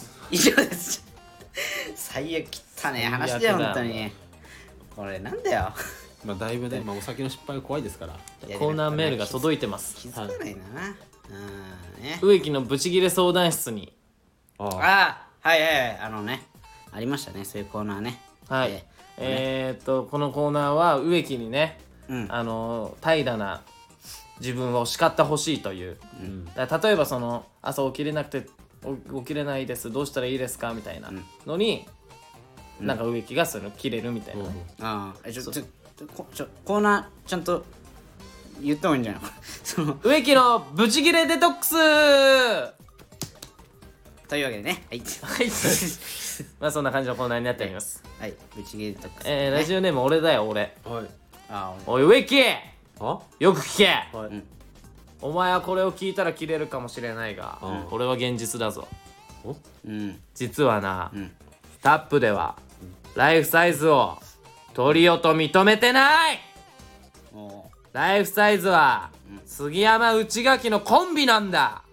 最悪汚ねえ話だよ本当に。これなんだよ。 まあだいぶねお酒の失敗は怖いですから。 コーナーメールが届いてます。 気づかないな。 植木のブチギレ相談室にはいありましたねそういうコーナーね。 はい。このコーナーは植木にね怠惰な自分を叱ってほしいという。例えばその朝起きれなくて起きれないですどうしたらいいですかみたいなのになんか植木がそれを切れるみたいな。 コーナーちゃんと言った方がいいんじゃないの。 植木のブチギレデトックスというわけでねはいまあそんな感じのコーナーになっております。 はいブチギレデトックスラジオネーム俺だよ俺。 はい。 おい植木よく聞け。 お前はこれを聞いたらキレるかもしれないが、これは現実だぞ。実はな、タップではライフサイズをトリオと認めてない。ライフサイズは杉山内垣のコンビなんだ。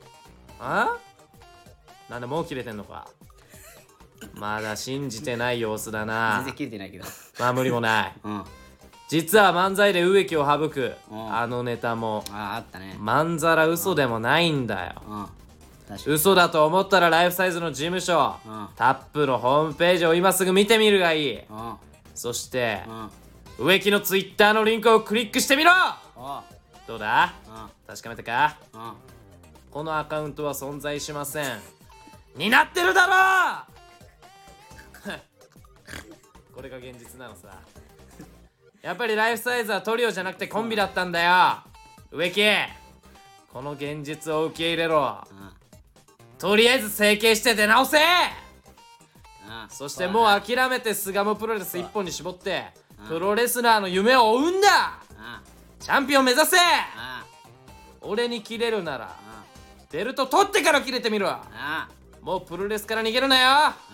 なんでもうキレてんのか。まだ信じてない様子だな。 全然キレてないけど。 まあ無理もない。実は漫才で植木を省くあのネタもあったね。 まんざら嘘でもないんだよ。嘘だと思ったらライフサイズの事務所タップのホームページを今すぐ見てみるがいい。そして植木のツイッターのリンクをクリックしてみろ。どうだ、確かめたか。このアカウントは存在しませんになってるだろこれが現実なのさ。やっぱりライフサイズはトリオじゃなくてコンビだったんだよ。植木、この現実を受け入れろ。とりあえず整形して出直せ。そしてもう諦めて巣鴨プロレス一本に絞ってプロレスラーの夢を追うんだ。チャンピオン目指せ。俺にキレるならベルト取ってからキレてみろ。もうプロレスから逃げるなよ。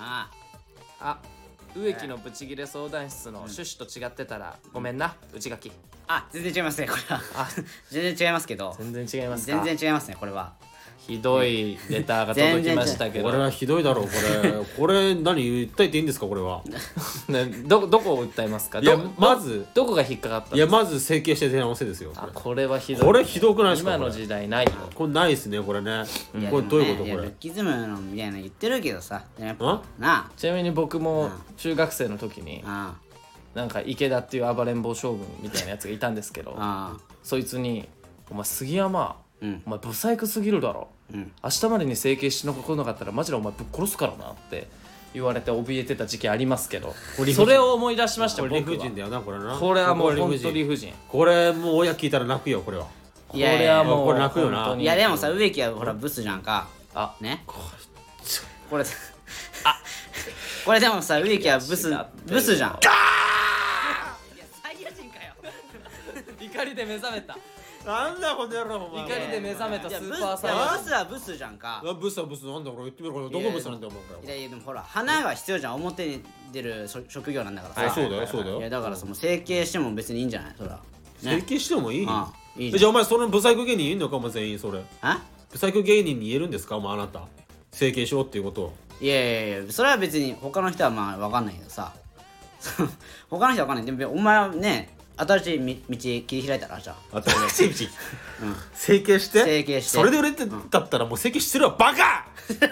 植木のブチギレ相談室の趣旨と違ってたらごめんな、内垣。 全然違いますね、これは。全然違いますけど。 全然違いますか。 全然違いますね、これは。 ひどいレターが届きましたけど。 これはひどいだろう、これ。これ何訴えていいんですか、これは。 どこを訴えますか。 いや、まずどこが引っかかったんですか。 いや、まず整形して出直せですよ。 これはひどい。 これひどくないですか。 今の時代ないよ。 これないですね、これね。これどういうこと、これ。 ルッキズムのみたいな言ってるけどさ、やっぱな。 ちなみに僕も中学生の時になんか池田っていう暴れん坊将軍みたいなやつがいたんですけど、そいつに「お前杉山、お前ブサイクすぎるだろ、明日までに整形し残なかったらマジでお前ぶっ殺すからな」って言われて怯えてた時期ありますけど、それを思い出しました。 理不尽だよな、これな。 これはもう本当理不尽。 これもう親聞いたら泣くよ、これは。 これはもうこれ泣くよな。 いやでもさ、植木はほらブスじゃんか。ね、これこれでもさ、植木はブスじゃん。いやサイヤ人かよ。 怒りで目覚めた。 なんだこの野郎、お前。 怒りで目覚めたスーパーサイヤ人。ブスはブスじゃんか。 ブスはブスなんだ、これ言ってみろ。どこブスなんだよ、お前。 いやでもほら、花が必要じゃん。表に出る職業なんだからさ。 そうだよ、そうだよ。 いやだからその整形しても別にいいんじゃない、そら。 整形してもいい。 いいじゃあお前そのブサイク芸人いんのか、お前全員それ。ブサイク芸人に言えるんですか、お前あなた。整形しろっていうことを。 いやそれは別に他の人はまあ分かんないけどさ。他の人は分かんない。でもお前はね、新しい道切り開いたらじゃあ。 新しい道。整形して。 整形して。 それで売れてだったらもう整形してるわ、バカ。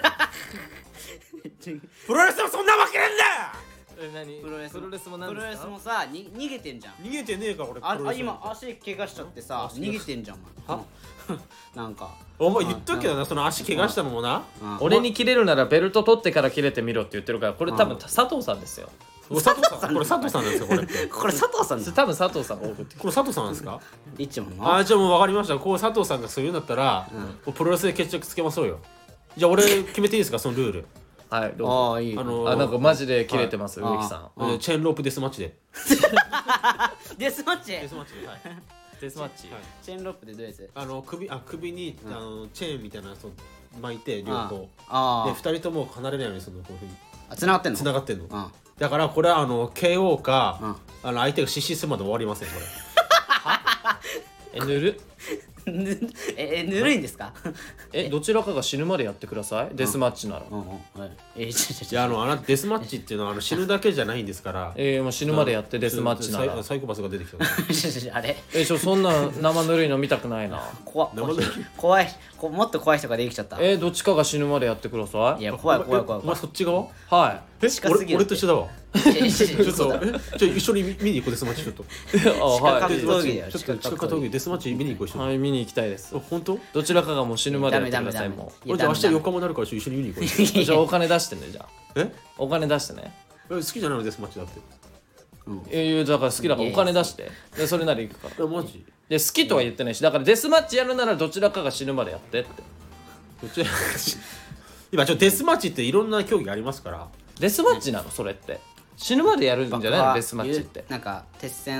プロレスもそんなわけねえんだよ。 プロレスも何ですか。 プロレスもさ、逃げてんじゃん。 逃げてねえか、俺。 今足怪我しちゃってさ、逃げてんじゃん、お前。なんかお前言っとくけどな、その足怪我したのもな。 俺に切れるならベルト取ってから切れてみろって言ってるから、これ多分佐藤さんですよ。 佐藤さん、これ佐藤さんなんですよ、これって。 これ佐藤さんです。 多分佐藤さんが送ってこれ佐藤さんなんですか。 一応な。 じゃあもう分かりました。こう佐藤さんがそういうんだったら、プロレスで決着つけましょうよ。じゃあ俺決めていいですか、そのルール。 はい、どうぞ。 いい。 なんかマジで切れてます植木さん。 チェーンロープデスマッチで。 デスマッチ。 デスマッチ。はい。 デスマッチ。 チェーンロープでどうやつ。 首にチェーンみたいなの巻いて両方。で二人とも離れないようにするの、こういうふうに。 繋がってんの。 繋がってんの。だからこれはKO か相手が失神するまで終わりません、これ。 ぬるぬるいんですか。 どちらかが死ぬまでやってください。デスマッチなら。 いやあなたデスマッチっていうのは死ぬだけじゃないんですから。 もう死ぬまでやってデスマッチなら。 サイコパスが出てきた。 あれ。 そんな生ぬるいの見たくないな。 怖い。もっと怖い人ができちゃった。 どっちかが死ぬまでやってください。 いや怖い。 お前そっち側？ はい。 俺と一緒だわ。ちょっと一緒に見に行こう、デスマッチ。ちょっと地下格闘技だよ。 地下格闘技デスマッチ見に行こう、一緒に。 はい、見に行きたいです。 本当？ どちらかがもう死ぬまでやってください。もうじゃあ明日横浜になるから一緒に見に行こう。 じゃあお金出してね。じゃあお金出してね。 好きじゃないの、デスマッチだって。 だから好きだからお金出して。でそれなら行くから。 マジで好きとは言ってないし、だからデスマッチやるならどちらかが死ぬまでやってって。 今デスマッチっていろんな競技ありますから。 デスマッチなのそれって。死ぬまでやるんじゃないの、デスマッチって。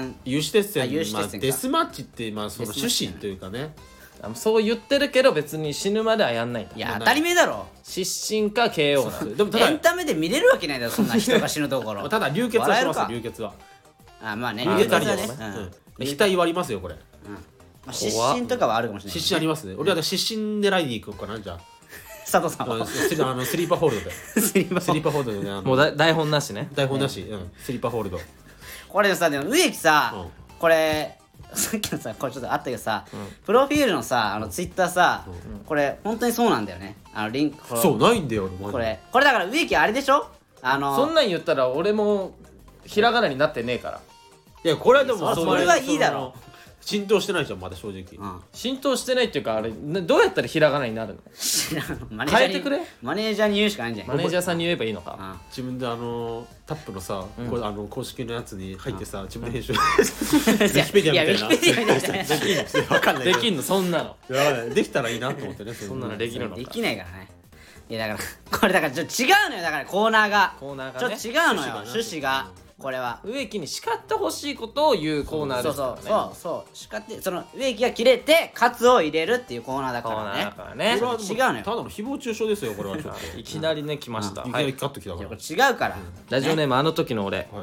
なんか鉄線、 有刺鉄線。 有刺鉄線か。 デスマッチってその趣旨というかね、 そう言ってるけど別に死ぬまではやんないんだ。 いや当たり前だろ。 失神か KO なの。 でもただエンタメで見れるわけないだろそんな人が死ぬところ。 ただ流血はしますよ、 笑えるか流血は。 あまあね、 流血ありますね。うん。 額割りますよこれ。 まあ失神とかはあるかもしれない。 失神ありますね。俺は失神狙いに行こうかな、じゃあ。 佐藤さんはスリーパーホールドで。 スリーパースリーパーホールドでね。 もう台本なしね。 台本なし、スリーパーホールド。 これさ、でも植木さ、これさっきのさ、これちょっとあったけどさ、プロフィールのさ、ツイッターさ、これ本当にそうなんだよね。リンクそうないんだよこれだから植木あれでしょ。 そんなん言ったら俺もひらがなになってねえから。 いやこれはでもそれはいいだろ。 浸透してないじゃんまだ正直。 浸透してないっていうか、あれどうやったらひらがなになるの？ 知らん。 変えてくれ。 マネージャーに言うしかないんじゃない。 マネージャーさんに言えばいいのか。 自分でタップのさ、公式のやつに入ってさ、自分で編集ウウィキペディアみたいな。 ウィキペディアみたいな。 できんの？わかんない。 できんのそんなの。 できたらいいなと思ってね。 そんなのできるのか。 できないからね。いやだからこれだからちょっと違うのよ。だからコーナーがちょっと違うのよ、趣旨が。これは植木に叱ってほしいことを言うコーナーですからね。 そう叱ってその植木が切れてカツを入れるっていうコーナーだからね。 これは違うのよ。 ただの誹謗中傷ですよこれは。ちょっといきなりね来ました。 いきなりカットきたから。 違うから。 ラジオネームあの時の俺。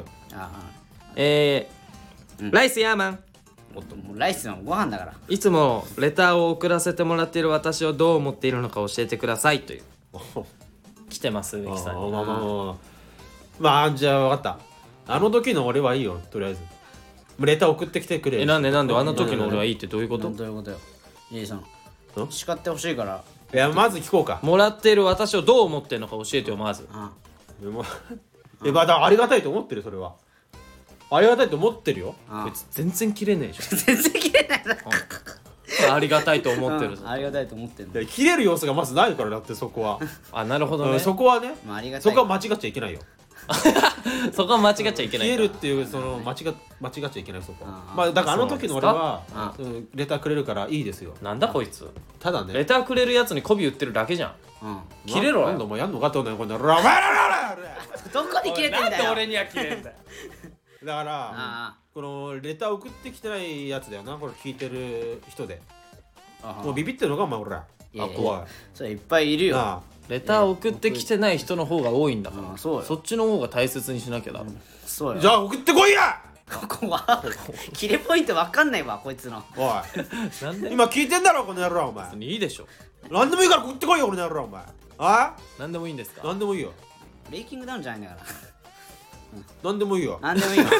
ライスヤーマン。 もうライスのご飯だから。 いつもレターを送らせてもらっている私をどう思っているのか教えてくださいという来てます植木さんに。 まあじゃあ分かった。あの時の俺はいいよとりあえず。レター送ってきてくれ。 なんであの時の俺はいいってどういうこと？ どういうことよ。いいその叱ってほしいから。 いやまず聞こうか。 もらっている私をどう思ってるのか教えてよまず。 まあありがたいと思ってる。それはありがたいと思ってるよ。 こいつ全然切れねえじゃん。 全然切れないありがたいと思ってる。 ありがたいと思ってる。 切れる様子がまずないからだってそこは。 あなるほどね。 そこはね。そこは間違っちゃいけないよ。 そこは間違っちゃいけない。 消えるっていうその間違っちゃいけないそこ。まあだからあの時の俺はレターくれるからいいですよ。 なんだこいつ。 ただねレターくれるやつに媚び売ってるだけじゃん。切れろよ。 なんでお前やんのかって思うんだよこれ。 どこに切れてんだよ。 なんで俺には切れんだよ。 だからこのレター送ってきてないやつだよなこれ聞いてる人で。もうビビってるのかお前俺ら。 怖い。それいっぱいいるよ。 レター送ってきてない人の方が多いんだから。そっちの方が大切にしなきゃだ。 そうよ。 じゃあ送ってこいや。 ここは切れポイントわかんないわこいつの。 おい今聞いてんだろこの野郎お前。 いいでしょ。 何でもいいから送ってこいよこの野郎お前。 何でもいいんですか。 何でもいいよ。 ブレイキングダウンじゃないんだから。 何でもいいよ。 何でもいいよ。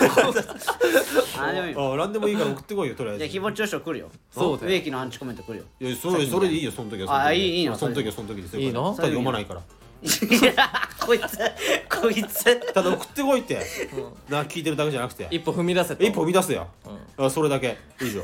何でもいいから送ってこいよとりあえず。 じゃあ誹謗中傷来るよ。 そうだよ。 植木のアンチコメント来るよ。 いやそれでいいよその時は。 いいの。 その時はその時ですよ。 いいの？ ただ読まないから。 いやこいつただ送ってこいって聞いてるだけじゃなくて一歩踏み出せと。 一歩踏み出せよ。それだけ以上。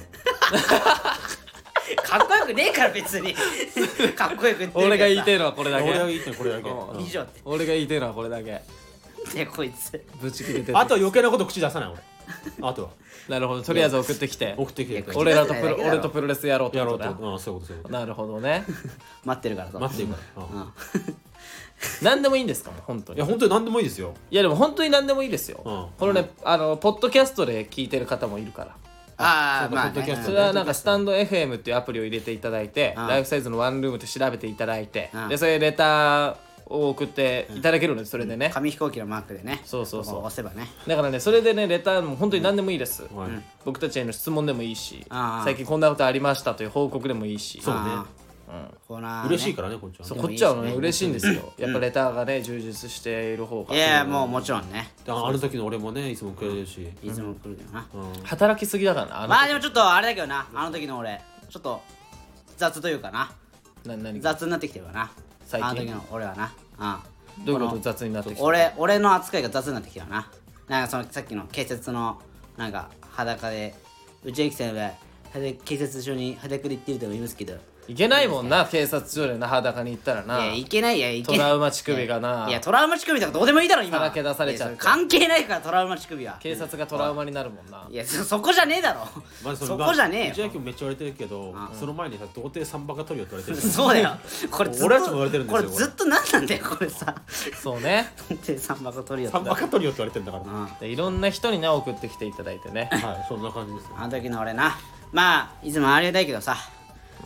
かっこよくねえから別に。かっこよく言ってるけどさ。 俺が言いてえのはこれだけ。 俺が言いてこれだけ以上って。 俺が言いてえのはこれだけ。 でこいつぶち切れてる。 あとは余計なこと口出さない俺。あとはなるほど。とりあえず送ってきて俺とプロレスやろうってことだ。 そういうこと。 なるほどね。 待ってるからさ。 待ってるから。 何でもいいんですかもう本当に。 いや本当に何でもいいですよ。 いやでも本当に何でもいいですよ。このねポッドキャストで聞いてる方もいるから。 まあそれはなんかスタンド FM っていうアプリを入れていただいてライフサイズのワンルームって調べていただいてでそれレターを送っていただけるのでそれでね紙飛行機のマークでねそう押せばねだからねそれでねレターも本当に何でもいいです僕たちへの質問でもいいし最近こんなことありましたという報告でもいいしそうね嬉しいからねこっちは。 そうこっちはね嬉しいんですよやっぱレターがね充実している方が。 いやもうもちろんね。 あの時の俺もねいつもくれるしいつも来るけどな。 働きすぎだからな。 まあでもちょっとあれだけどなあの時の俺ちょっと雑というかな雑になってきてるわな最近。 あの時の俺はなどういうこと雑になってきてる。 俺の扱いが雑になってきてるな。なんかそのさっきの警察のなんか裸でうち駅さんは警察署に裸で行ってると思いますけどいけないもんな警察署でな裸に行ったらな。 いやいけないトラウマ乳首がな。 いやトラウマ乳首とかどうでもいいだろ今。 さらけ出されちゃう。 関係ないからトラウマ乳首は。 警察がトラウマになるもんな。 いやそこじゃねえだろ。そこじゃねえよ。 内訳もめっちゃ言われてるけどその前にさ童貞サンバカトリオって言われてる。 そうだよ。これ俺たちも言われてるんですよ。 これずっと何なんだよこれさ。 そうね。 童貞サンバカトリオ。 サンバカトリオって言われてるんだから。 いろんな人にね送ってきていただいてね。 はいそんな感じです。 あの時の俺なまあいつもありがたいけどさ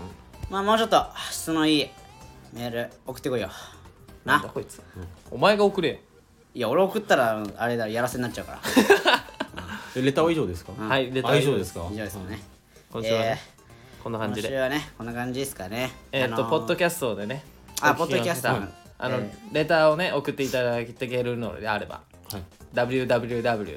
まあもうちょっと質のいいメール送ってこいよな。 なんだこいつ、お前が送れよ。 いや俺送ったらあれだやらせになっちゃうからレターは以上ですか？ はいレター以上ですか？ 以上ですよね。 今週はねこんな感今じで週はねこんな感じですかね。 ポッドキャストでねポッドキャストレターをね送っていただけるのであれば www.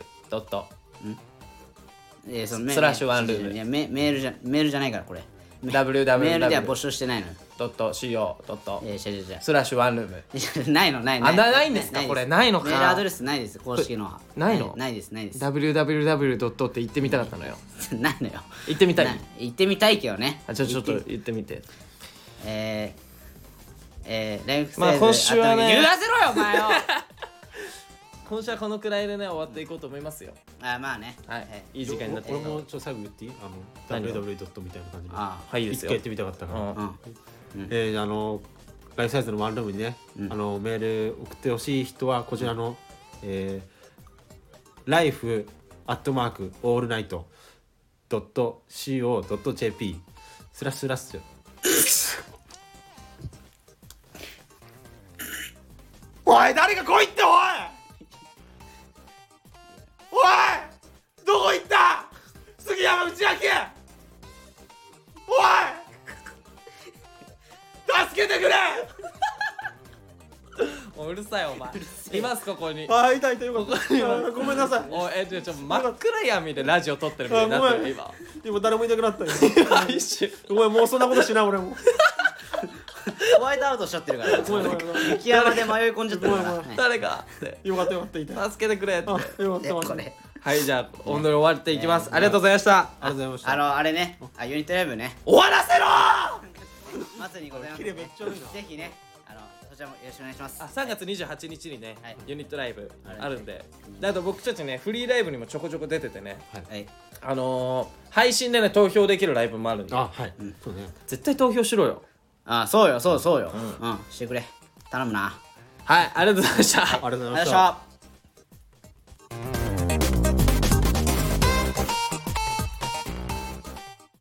そのスラッシュワンルームいやメールじゃないからこれ。メ www. ールでは募集してないのよ。 .co. スラッシュワンルームないのないないんですかこれないのか。 メールアドレスないです公式のは。 ないの？ ないです www. って言ってみたかったのよ。 ないのよ。 言ってみたい。 言ってみたいけどね。 じゃあちょっと言ってみて。 ライフサイズまあ今週はね言わせろよお前よ今週はこのくらいでね終わっていこうと思いますよ。 まあね。 はいいい時間になって俺もちょっと最後言っていいwww. みたいな感じではいいいですよ。 一回やってみたかったからライフサイズのワンルームにねメール送ってほしい人はこちらのlife@allnight.co.jpスラッシュおい誰か来いっておいどこ行った杉山内明おい助けてくれうるさいお前いますここに。 いたよかったごめんなさいおいちょ真っ暗闇でラジオ撮ってるみたいになってる今誰もいなくなったよ一瞬ごめんもうそんなことしない俺もホワイトアウトしちゃってるから雪山で迷い込んじゃってるから誰かってよかったいた助けてくれってよかったこれはいじゃあ本当に終わっていきます。ありがとうございました。 ありがとうございましたあれねユニットライブね終わらせろ末にございます。 キレめっちゃいいなぜひねそちらもよろしくお願いします。 3月28日にねユニットライブはいあるんであと僕たちねフリーライブにもちょこちょこ出ててねはい配信でね投票できるライブもあるんではいそうね絶対投票しろよ。 そうよしてくれ頼むな。 はいありがとうございました。 ありがとうございましありがとうございましたた。